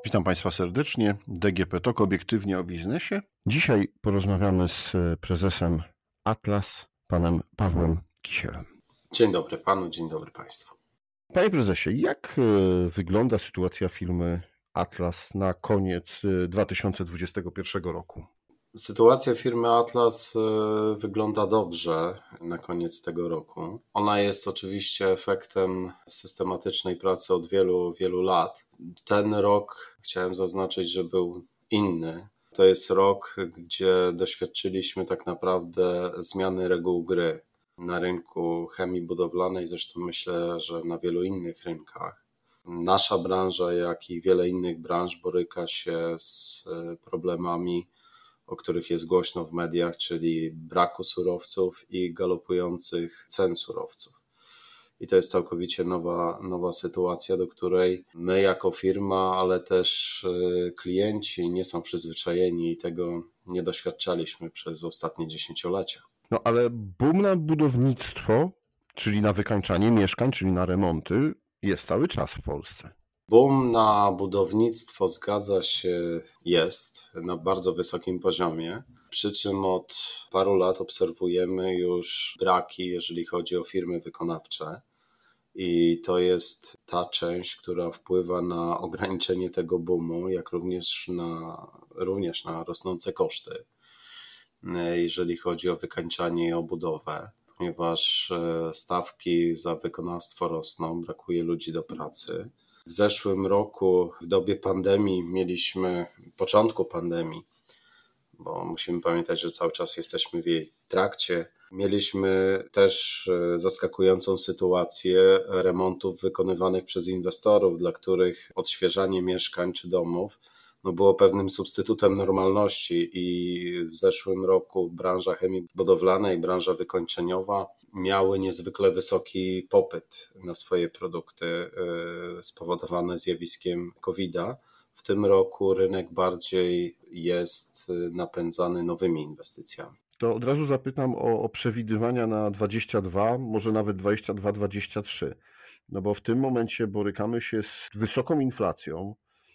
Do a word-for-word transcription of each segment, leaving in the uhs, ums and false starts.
Witam Państwa serdecznie. D G P Talk, obiektywnie o biznesie. Dzisiaj porozmawiamy z prezesem Atlas, panem Pawłem Kisielem. Dzień dobry panu, dzień dobry państwu. Panie prezesie, jak wygląda sytuacja firmy Atlas na koniec dwa tysiące dwudziestego pierwszego roku? Sytuacja firmy Atlas wygląda dobrze na koniec tego roku. Ona jest oczywiście efektem systematycznej pracy od wielu, wielu lat. Ten rok chciałem zaznaczyć, że był inny. To jest rok, gdzie doświadczyliśmy tak naprawdę zmiany reguł gry na rynku chemii budowlanej, zresztą myślę, że na wielu innych rynkach. Nasza branża, jak i wiele innych branż boryka się z problemami, o których jest głośno w mediach, czyli braku surowców i galopujących cen surowców. I to jest całkowicie nowa, nowa sytuacja, do której my jako firma, ale też klienci nie są przyzwyczajeni i tego nie doświadczaliśmy przez ostatnie dziesięciolecia. No ale boom na budownictwo, czyli na wykańczanie mieszkań, czyli na remonty, jest cały czas w Polsce. Boom na budownictwo, zgadza się, jest na bardzo wysokim poziomie, przy czym od paru lat obserwujemy już braki, jeżeli chodzi o firmy wykonawcze i to jest ta część, która wpływa na ograniczenie tego boomu, jak również na, również na rosnące koszty, jeżeli chodzi o wykańczanie i o budowę, ponieważ stawki za wykonawstwo rosną, brakuje ludzi do pracy. W zeszłym roku, w dobie pandemii, mieliśmy, początku pandemii, bo musimy pamiętać, że cały czas jesteśmy w jej trakcie, mieliśmy też zaskakującą sytuację remontów wykonywanych przez inwestorów, dla których odświeżanie mieszkań czy domów no było pewnym substytutem normalności i w zeszłym roku branża chemii budowlanej, branża wykończeniowa miały niezwykle wysoki popyt na swoje produkty spowodowane zjawiskiem kowida. W tym roku rynek bardziej jest napędzany nowymi inwestycjami. To od razu zapytam o, o przewidywania na dwadzieścia dwa, może nawet dwadzieścia dwa dwadzieścia trzy. No bo w tym momencie borykamy się z wysoką inflacją,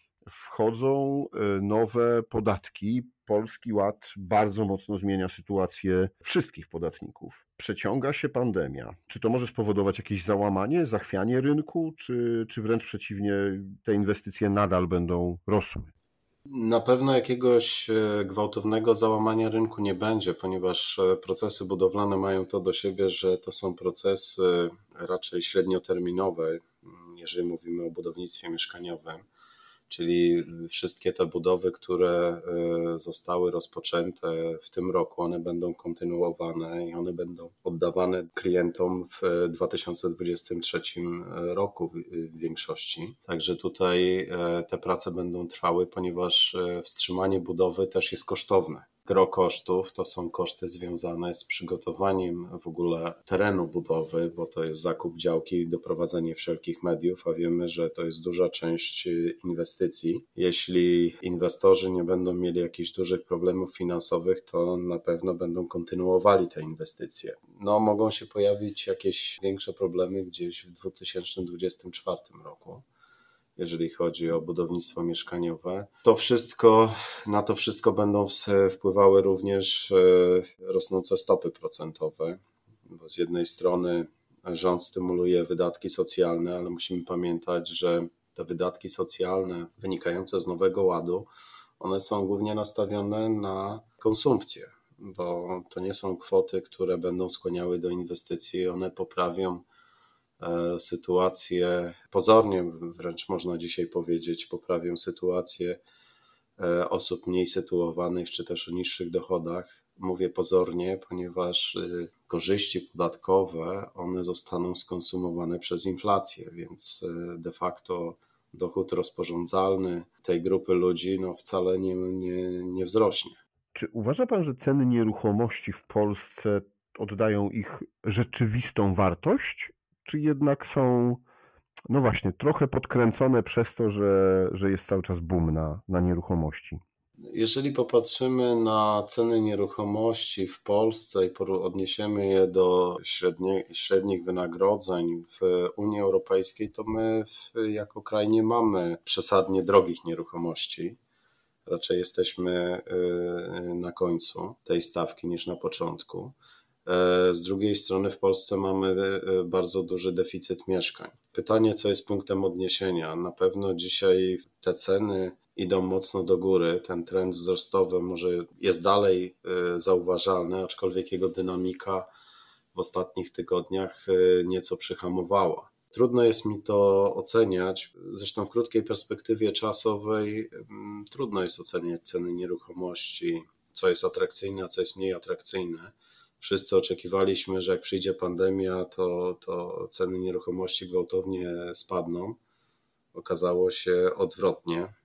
wchodzą nowe podatki. Polski Ład bardzo mocno zmienia sytuację wszystkich podatników. Przeciąga się pandemia. Czy to może spowodować jakieś załamanie, zachwianie rynku, czy, czy wręcz przeciwnie, te inwestycje nadal będą rosły? Na pewno jakiegoś gwałtownego załamania rynku nie będzie, ponieważ procesy budowlane mają to do siebie, że to są procesy raczej średnioterminowe, jeżeli mówimy o budownictwie mieszkaniowym. Czyli wszystkie te budowy, które zostały rozpoczęte w tym roku, one będą kontynuowane i one będą oddawane klientom w dwa tysiące dwudziestym trzecim roku w większości. Także tutaj te prace będą trwały, ponieważ wstrzymanie budowy też jest kosztowne. Gro kosztów to są koszty związane z przygotowaniem w ogóle terenu budowy, bo to jest zakup działki i doprowadzenie wszelkich mediów, a wiemy, że to jest duża część inwestycji. Jeśli inwestorzy nie będą mieli jakichś dużych problemów finansowych, to na pewno będą kontynuowali te inwestycje. No, mogą się pojawić jakieś większe problemy gdzieś w dwa tysiące dwudziestym czwartym roku. Jeżeli chodzi o budownictwo mieszkaniowe. To wszystko, na to wszystko będą wpływały również rosnące stopy procentowe, bo z jednej strony rząd stymuluje wydatki socjalne, ale musimy pamiętać, że te wydatki socjalne wynikające z Nowego Ładu, one są głównie nastawione na konsumpcję, bo to nie są kwoty, które będą skłaniały do inwestycji, one poprawią sytuację, pozornie wręcz można dzisiaj powiedzieć, poprawią sytuację osób mniej sytuowanych czy też o niższych dochodach. Mówię pozornie, ponieważ korzyści podatkowe, one zostaną skonsumowane przez inflację, więc de facto dochód rozporządzalny tej grupy ludzi no wcale nie, nie, nie wzrośnie. Czy uważa pan, że ceny nieruchomości w Polsce oddają ich rzeczywistą wartość? Czy jednak są, no właśnie, trochę podkręcone przez to, że, że jest cały czas boom na, na nieruchomości? Jeżeli popatrzymy na ceny nieruchomości w Polsce i odniesiemy je do średnie, średnich wynagrodzeń w Unii Europejskiej, to my w, jako kraj nie mamy przesadnie drogich nieruchomości. Raczej jesteśmy na końcu tej stawki niż na początku. Z drugiej strony w Polsce mamy bardzo duży deficyt mieszkań. Pytanie, co jest punktem odniesienia? Na pewno dzisiaj te ceny idą mocno do góry. Ten trend wzrostowy może jest dalej zauważalny, aczkolwiek jego dynamika w ostatnich tygodniach nieco przyhamowała. Trudno jest mi to oceniać, zresztą w krótkiej perspektywie czasowej trudno jest oceniać ceny nieruchomości, co jest atrakcyjne, a co jest mniej atrakcyjne. Wszyscy oczekiwaliśmy, że jak przyjdzie pandemia, to, to ceny nieruchomości gwałtownie spadną. Okazało się odwrotnie,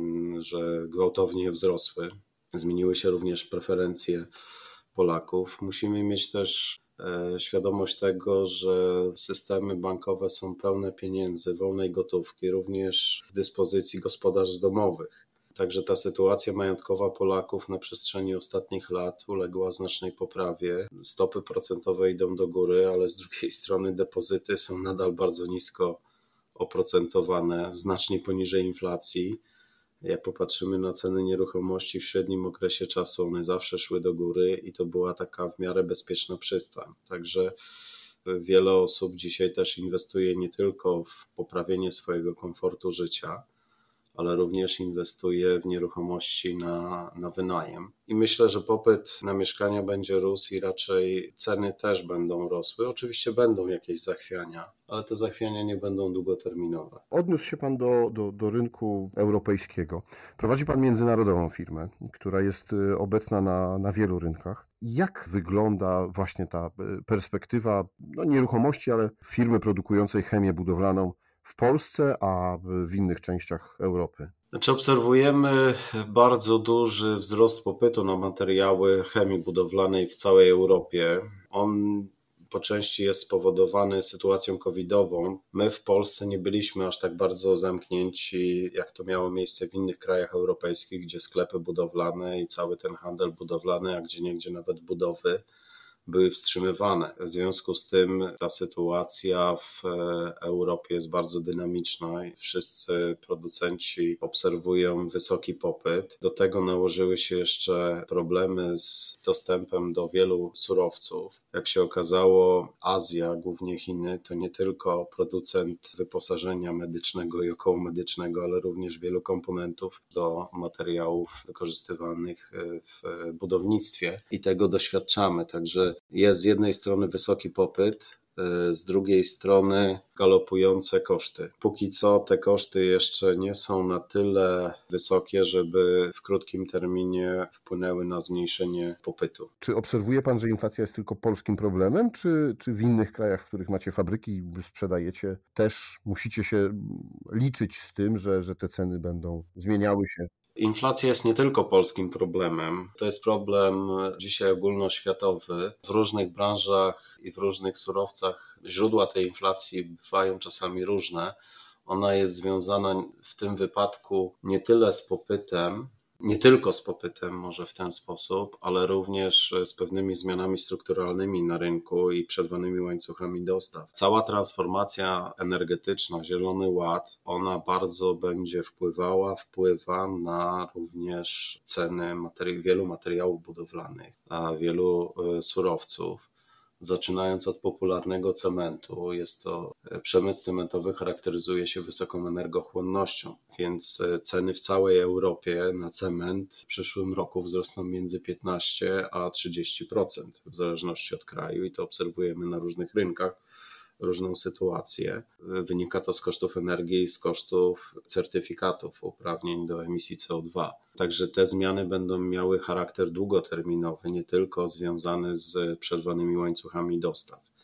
że gwałtownie wzrosły. Zmieniły się również preferencje Polaków. Musimy mieć też świadomość tego, że systemy bankowe są pełne pieniędzy, wolnej gotówki, również w dyspozycji gospodarstw domowych. Także ta sytuacja majątkowa Polaków na przestrzeni ostatnich lat uległa znacznej poprawie. Stopy procentowe idą do góry, ale z drugiej strony depozyty są nadal bardzo nisko oprocentowane, znacznie poniżej inflacji. Jak popatrzymy na ceny nieruchomości w średnim okresie czasu, one zawsze szły do góry i to była taka w miarę bezpieczna przystań. Także wiele osób dzisiaj też inwestuje nie tylko w poprawienie swojego komfortu życia, ale również inwestuje w nieruchomości na, na wynajem. I myślę, że popyt na mieszkania będzie rósł i raczej ceny też będą rosły. Oczywiście będą jakieś zachwiania, ale te zachwiania nie będą długoterminowe. Odniósł się Pan do, do, do rynku europejskiego. Prowadzi Pan międzynarodową firmę, która jest obecna na, na wielu rynkach. Jak wygląda właśnie ta perspektywa no, nieruchomości, ale firmy produkującej chemię budowlaną w Polsce, a w innych częściach Europy? Znaczy obserwujemy bardzo duży wzrost popytu na materiały chemii budowlanej w całej Europie. On po części jest spowodowany sytuacją covidową. My w Polsce nie byliśmy aż tak bardzo zamknięci, jak to miało miejsce w innych krajach europejskich, gdzie sklepy budowlane i cały ten handel budowlany, a gdzieniegdzie nawet budowy były wstrzymywane. W związku z tym ta sytuacja w Europie jest bardzo dynamiczna i wszyscy producenci obserwują wysoki popyt. Do tego nałożyły się jeszcze problemy z dostępem do wielu surowców. Jak się okazało, Azja, głównie Chiny, to nie tylko producent wyposażenia medycznego i okołomedycznego, ale również wielu komponentów do materiałów wykorzystywanych w budownictwie i tego doświadczamy. Także jest z jednej strony wysoki popyt, z drugiej strony galopujące koszty. Póki co te koszty jeszcze nie są na tyle wysokie, żeby w krótkim terminie wpłynęły na zmniejszenie popytu. Czy obserwuje Pan, że inflacja jest tylko polskim problemem, czy, czy w innych krajach, w których macie fabryki i sprzedajecie, też musicie się liczyć z tym, że, że te ceny będą zmieniały się? Inflacja jest nie tylko polskim problemem, to jest problem dzisiaj ogólnoświatowy. W różnych branżach i w różnych surowcach źródła tej inflacji bywają czasami różne. Ona jest związana w tym wypadku nie tyle z popytem, nie tylko z popytem może w ten sposób, ale również z pewnymi zmianami strukturalnymi na rynku i przerwanymi łańcuchami dostaw. Cała transformacja energetyczna, Zielony Ład, ona bardzo będzie wpływała, wpływa na również ceny materi- wielu materiałów budowlanych, a wielu surowców. Zaczynając od popularnego cementu, jest to przemysł cementowy charakteryzuje się wysoką energochłonnością, więc ceny w całej Europie na cement w przyszłym roku wzrosną między piętnaście a trzydzieści procent w zależności od kraju i to obserwujemy na różnych rynkach. Różną sytuację. Wynika to z kosztów energii i z kosztów certyfikatów, uprawnień do emisji C O dwa. Także te zmiany będą miały charakter długoterminowy, nie tylko związany z przerwanymi łańcuchami dostaw,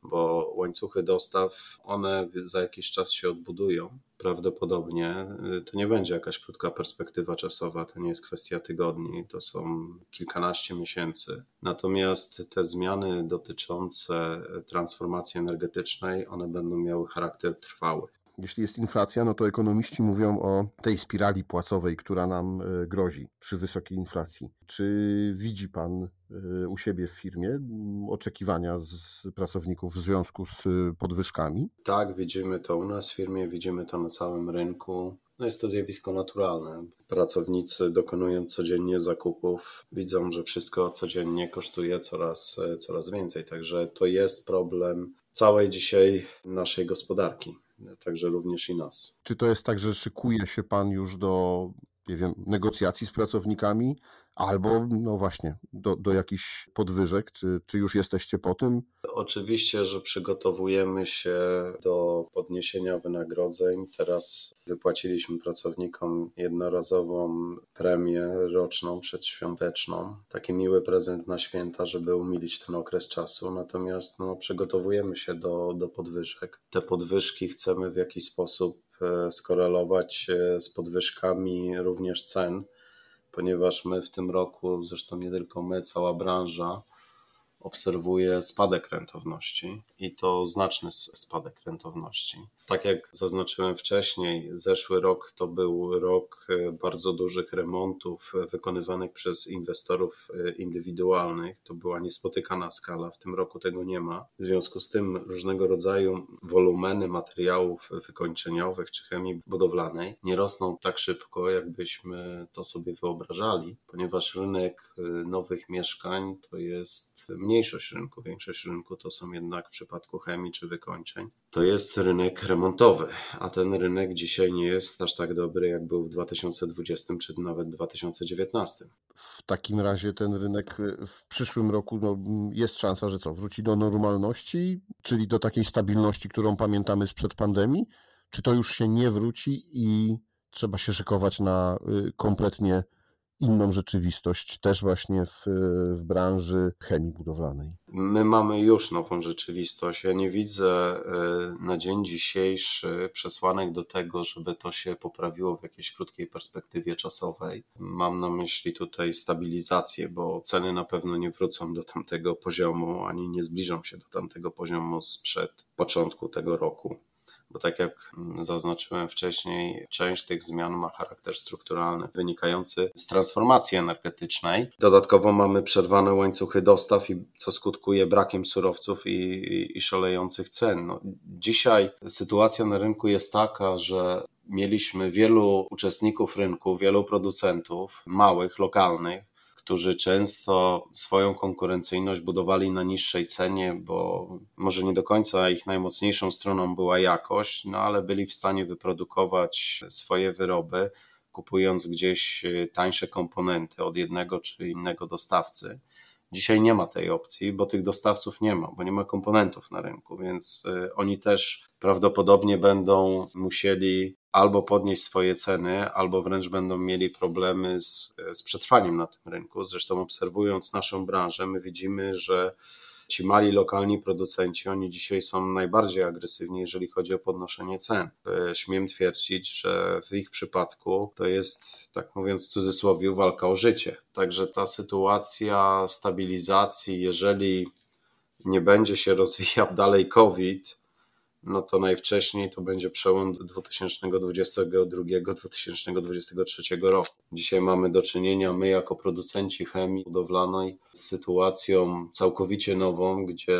bo łańcuchy dostaw, one za jakiś czas się odbudują. Prawdopodobnie to nie będzie jakaś krótka perspektywa czasowa, to nie jest kwestia tygodni, to są kilkanaście miesięcy. Natomiast te zmiany dotyczące transformacji energetycznej, one będą miały charakter trwały. jeśli jest inflacja, no to ekonomiści mówią o tej spirali płacowej, która nam grozi przy wysokiej inflacji. Czy widzi Pan u siebie w firmie oczekiwania z pracowników w związku z podwyżkami? Tak, widzimy to u nas w firmie, widzimy to na całym rynku. No jest to zjawisko naturalne. Pracownicy, dokonując codziennie zakupów, widzą, że wszystko codziennie kosztuje coraz, coraz więcej. Także to jest problem całej dzisiaj naszej gospodarki, także również i nas. Czy to jest tak, że szykuje się Pan już do, nie wiem, negocjacji z pracownikami albo, no właśnie, do, do jakichś podwyżek? Czy, czy już jesteście po tym? Oczywiście, że przygotowujemy się do podniesienia wynagrodzeń. Teraz wypłaciliśmy pracownikom jednorazową premię roczną, przedświąteczną. Taki miły prezent na święta, żeby umilić ten okres czasu. Natomiast no, przygotowujemy się do, do podwyżek. Te podwyżki chcemy w jakiś sposób skorelować z podwyżkami również cen, ponieważ my w tym roku, zresztą nie tylko my, cała branża obserwuje spadek rentowności i to znaczny spadek rentowności. Tak jak zaznaczyłem wcześniej, zeszły rok to był rok bardzo dużych remontów wykonywanych przez inwestorów indywidualnych. To była niespotykana skala, w tym roku tego nie ma. W związku z tym różnego rodzaju wolumeny materiałów wykończeniowych czy chemii budowlanej nie rosną tak szybko, jakbyśmy to sobie wyobrażali, ponieważ rynek nowych mieszkań to jest mniejszość rynku. Większość rynku to są jednak w przypadku chemii czy wykończeń. To jest rynek remontowy, a ten rynek dzisiaj nie jest aż tak dobry, jak był w dwa tysiące dwudziestym czy nawet dwa tysiące dziewiętnastym. W takim razie ten rynek w przyszłym roku no, jest szansa, że co? Wróci do normalności, czyli do takiej stabilności, którą pamiętamy sprzed pandemii? Czy to już się nie wróci i trzeba się szykować na kompletnie inną rzeczywistość, też właśnie w, w branży chemii budowlanej? My mamy już nową rzeczywistość. Ja nie widzę na dzień dzisiejszy przesłanek do tego, żeby to się poprawiło w jakiejś krótkiej perspektywie czasowej. Mam na myśli tutaj stabilizację, bo ceny na pewno nie wrócą do tamtego poziomu, ani nie zbliżą się do tamtego poziomu sprzed początku tego roku. Bo tak jak zaznaczyłem wcześniej, część tych zmian ma charakter strukturalny, wynikający z transformacji energetycznej. Dodatkowo mamy przerwane łańcuchy dostaw, i co skutkuje brakiem surowców i, i, i szalejących cen. No, dzisiaj sytuacja na rynku jest taka, że mieliśmy wielu uczestników rynku, wielu producentów małych, lokalnych, którzy często swoją konkurencyjność budowali na niższej cenie, bo może nie do końca ich najmocniejszą stroną była jakość, no ale byli w stanie wyprodukować swoje wyroby, kupując gdzieś tańsze komponenty od jednego czy innego dostawcy. Dzisiaj nie ma tej opcji, bo tych dostawców nie ma, bo nie ma komponentów na rynku, więc oni też prawdopodobnie będą musieli albo podnieść swoje ceny, albo wręcz będą mieli problemy z, z przetrwaniem na tym rynku. Zresztą obserwując naszą branżę, my widzimy, że ci mali, lokalni producenci, oni dzisiaj są najbardziej agresywni, jeżeli chodzi o podnoszenie cen. Śmiem twierdzić, że w ich przypadku to jest, tak mówiąc w cudzysłowie, walka o życie. Także ta sytuacja stabilizacji, jeżeli nie będzie się rozwijał dalej COVID, no to najwcześniej to będzie przełom dwa tysiące dwudziestego drugiego do dwa tysiące dwudziestego trzeciego roku. Dzisiaj mamy do czynienia, my jako producenci chemii budowlanej, z sytuacją całkowicie nową, gdzie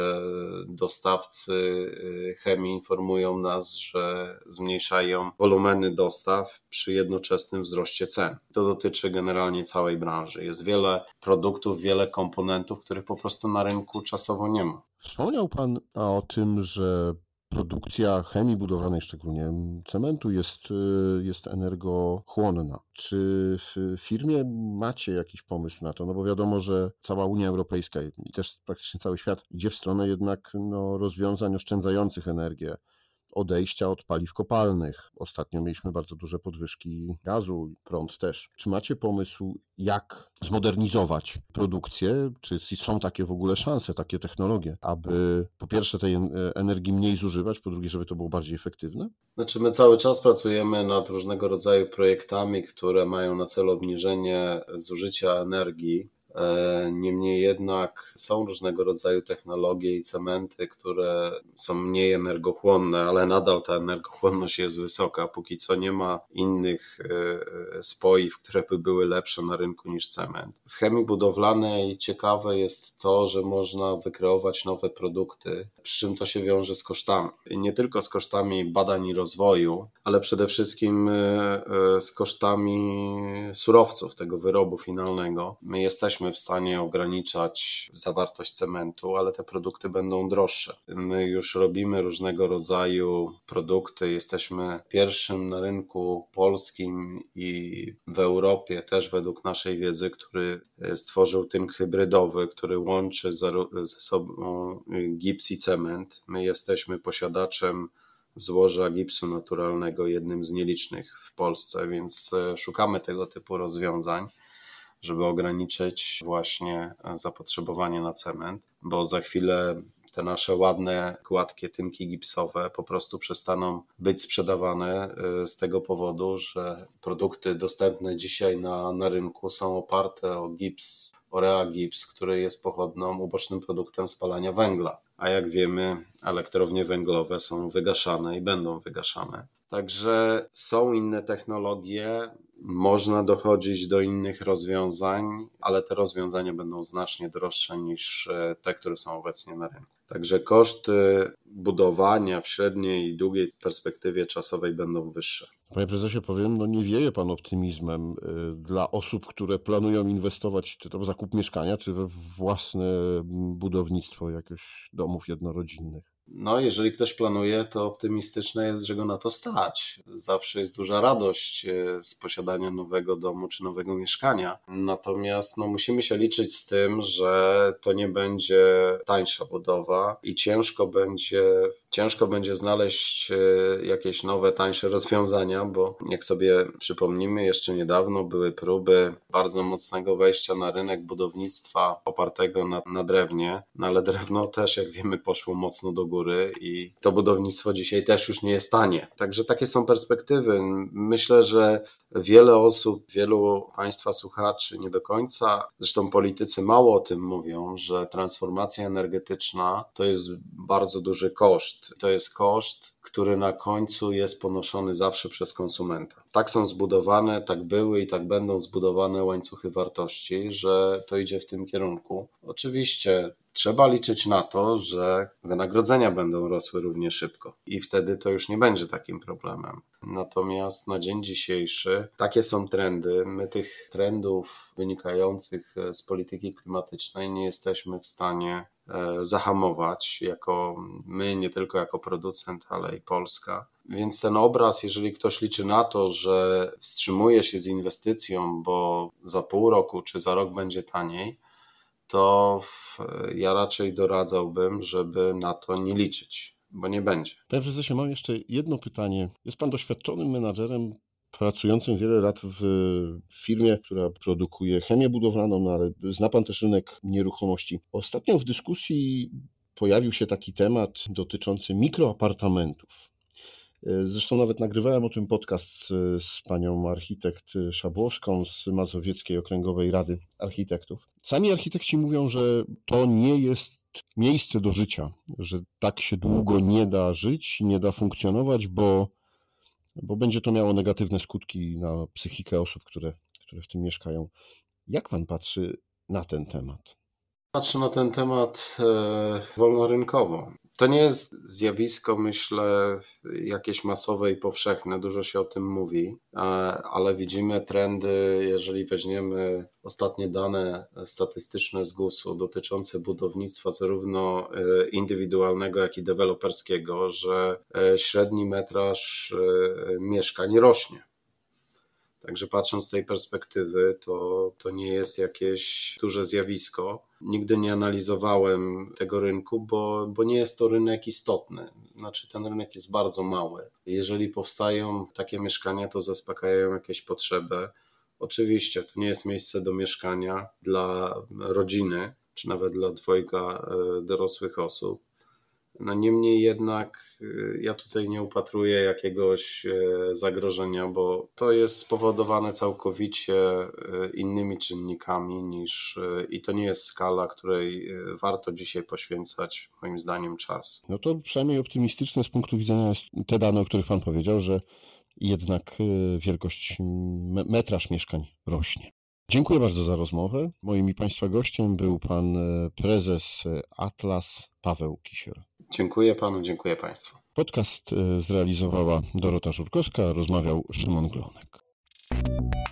dostawcy chemii informują nas, że zmniejszają wolumeny dostaw przy jednoczesnym wzroście cen. To dotyczy generalnie całej branży. Jest wiele produktów, wiele komponentów, których po prostu na rynku czasowo nie ma. Wspomniał Pan o tym, że produkcja chemii budowlanej, szczególnie cementu, jest, jest energochłonna. Czy w firmie macie jakiś pomysł na to? No bo wiadomo, że cała Unia Europejska i też praktycznie cały świat idzie w stronę jednak no, rozwiązań oszczędzających energię, odejścia od paliw kopalnych. Ostatnio mieliśmy bardzo duże podwyżki gazu, prąd też. Czy macie pomysł, jak zmodernizować produkcję? Czy są takie w ogóle szanse, takie technologie, aby po pierwsze tej energii mniej zużywać, po drugie, żeby to było bardziej efektywne? Znaczy my cały czas pracujemy nad różnego rodzaju projektami, które mają na celu obniżenie zużycia energii. Niemniej jednak są różnego rodzaju technologie i cementy, które są mniej energochłonne, ale nadal ta energochłonność jest wysoka. Póki co nie ma innych spoiw, które by były lepsze na rynku niż cement. W chemii budowlanej ciekawe jest to, że można wykreować nowe produkty, przy czym to się wiąże z kosztami. I nie tylko z kosztami badań i rozwoju, ale przede wszystkim z kosztami surowców, tego wyrobu finalnego. My jesteśmy w stanie ograniczać zawartość cementu, ale te produkty będą droższe. My już robimy różnego rodzaju produkty, jesteśmy pierwszym na rynku polskim i w Europie też według naszej wiedzy, który stworzył tynk hybrydowy, który łączy ze sobą gips i cement. My jesteśmy posiadaczem złoża gipsu naturalnego, jednym z nielicznych w Polsce, więc szukamy tego typu rozwiązań, żeby ograniczyć właśnie zapotrzebowanie na cement, bo za chwilę te nasze ładne, gładkie tynki gipsowe po prostu przestaną być sprzedawane z tego powodu, że produkty dostępne dzisiaj na, na rynku są oparte o gips, Orea Gips, który jest pochodną, ubocznym produktem spalania węgla. A jak wiemy, elektrownie węglowe są wygaszane i będą wygaszane. Także są inne technologie, można dochodzić do innych rozwiązań, ale te rozwiązania będą znacznie droższe niż te, które są obecnie na rynku. Także koszty budowania w średniej i długiej perspektywie czasowej będą wyższe. Panie prezesie, powiem, no nie wieje pan optymizmem dla osób, które planują inwestować czy to w zakup mieszkania, czy we własne budownictwo jakichś domów jednorodzinnych. No, jeżeli ktoś planuje, to optymistyczne jest, że go na to stać. Zawsze jest duża radość z posiadania nowego domu czy nowego mieszkania. Natomiast no, musimy się liczyć z tym, że to nie będzie tańsza budowa i ciężko będzie, ciężko będzie znaleźć jakieś nowe, tańsze rozwiązania, bo jak sobie przypomnimy, jeszcze niedawno były próby bardzo mocnego wejścia na rynek budownictwa opartego na, na drewnie, no ale drewno też, jak wiemy, poszło mocno do góry. I to budownictwo dzisiaj też już nie jest tanie. Także takie są perspektywy. Myślę, że wiele osób, wielu Państwa słuchaczy nie do końca, zresztą politycy mało o tym mówią, że transformacja energetyczna to jest bardzo duży koszt. To jest koszt, który na końcu jest ponoszony zawsze przez konsumenta. Tak są zbudowane, tak były i tak będą zbudowane łańcuchy wartości, że to idzie w tym kierunku. Oczywiście trzeba liczyć na to, że wynagrodzenia będą rosły równie szybko i wtedy to już nie będzie takim problemem. Natomiast na dzień dzisiejszy takie są trendy. My tych trendów wynikających z polityki klimatycznej nie jesteśmy w stanie zahamować, jako my, nie tylko jako producent, ale i Polska. Więc ten obraz, jeżeli ktoś liczy na to, że wstrzymuje się z inwestycją, bo za pół roku czy za rok będzie taniej, to w, ja raczej doradzałbym, żeby na to nie liczyć, bo nie będzie. Panie prezesie, mam jeszcze jedno pytanie. Jest pan doświadczonym menadżerem pracującym wiele lat w firmie, która produkuje chemię budowlaną, no ale zna pan też rynek nieruchomości. Ostatnio w dyskusji pojawił się taki temat dotyczący mikroapartamentów. Zresztą nawet nagrywałem o tym podcast z panią architekt Szabłowską z Mazowieckiej Okręgowej Rady Architektów. Sami architekci mówią, że to nie jest miejsce do życia, że tak się długo nie da żyć, nie da funkcjonować, bo, bo będzie to miało negatywne skutki na psychikę osób, które, które w tym mieszkają. Jak pan patrzy na ten temat? Patrzę na ten temat e, wolnorynkowo. To nie jest zjawisko, myślę, jakieś masowe i powszechne, dużo się o tym mówi, ale widzimy trendy, jeżeli weźmiemy ostatnie dane statystyczne z gusu dotyczące budownictwa zarówno indywidualnego, jak i deweloperskiego, że średni metraż mieszkań rośnie. Także patrząc z tej perspektywy, to, to nie jest jakieś duże zjawisko. Nigdy nie analizowałem tego rynku, bo, bo nie jest to rynek istotny. Znaczy ten rynek jest bardzo mały. Jeżeli powstają takie mieszkania, to zaspokajają jakieś potrzeby. Oczywiście to nie jest miejsce do mieszkania dla rodziny, czy nawet dla dwojga dorosłych osób, No niemniej jednak ja tutaj nie upatruję jakiegoś zagrożenia, bo to jest spowodowane całkowicie innymi czynnikami niż i to nie jest skala, której warto dzisiaj poświęcać moim zdaniem czas. No to przynajmniej optymistyczne z punktu widzenia jest te dane, o których Pan powiedział, że jednak wielkość, metraż mieszkań rośnie. Dziękuję bardzo za rozmowę. Moim i Państwa gościem był Pan prezes Atlas Paweł Kisiel. Dziękuję Panu, dziękuję Państwu. Podcast zrealizowała Dorota Żurkowska, rozmawiał Szymon Glonek.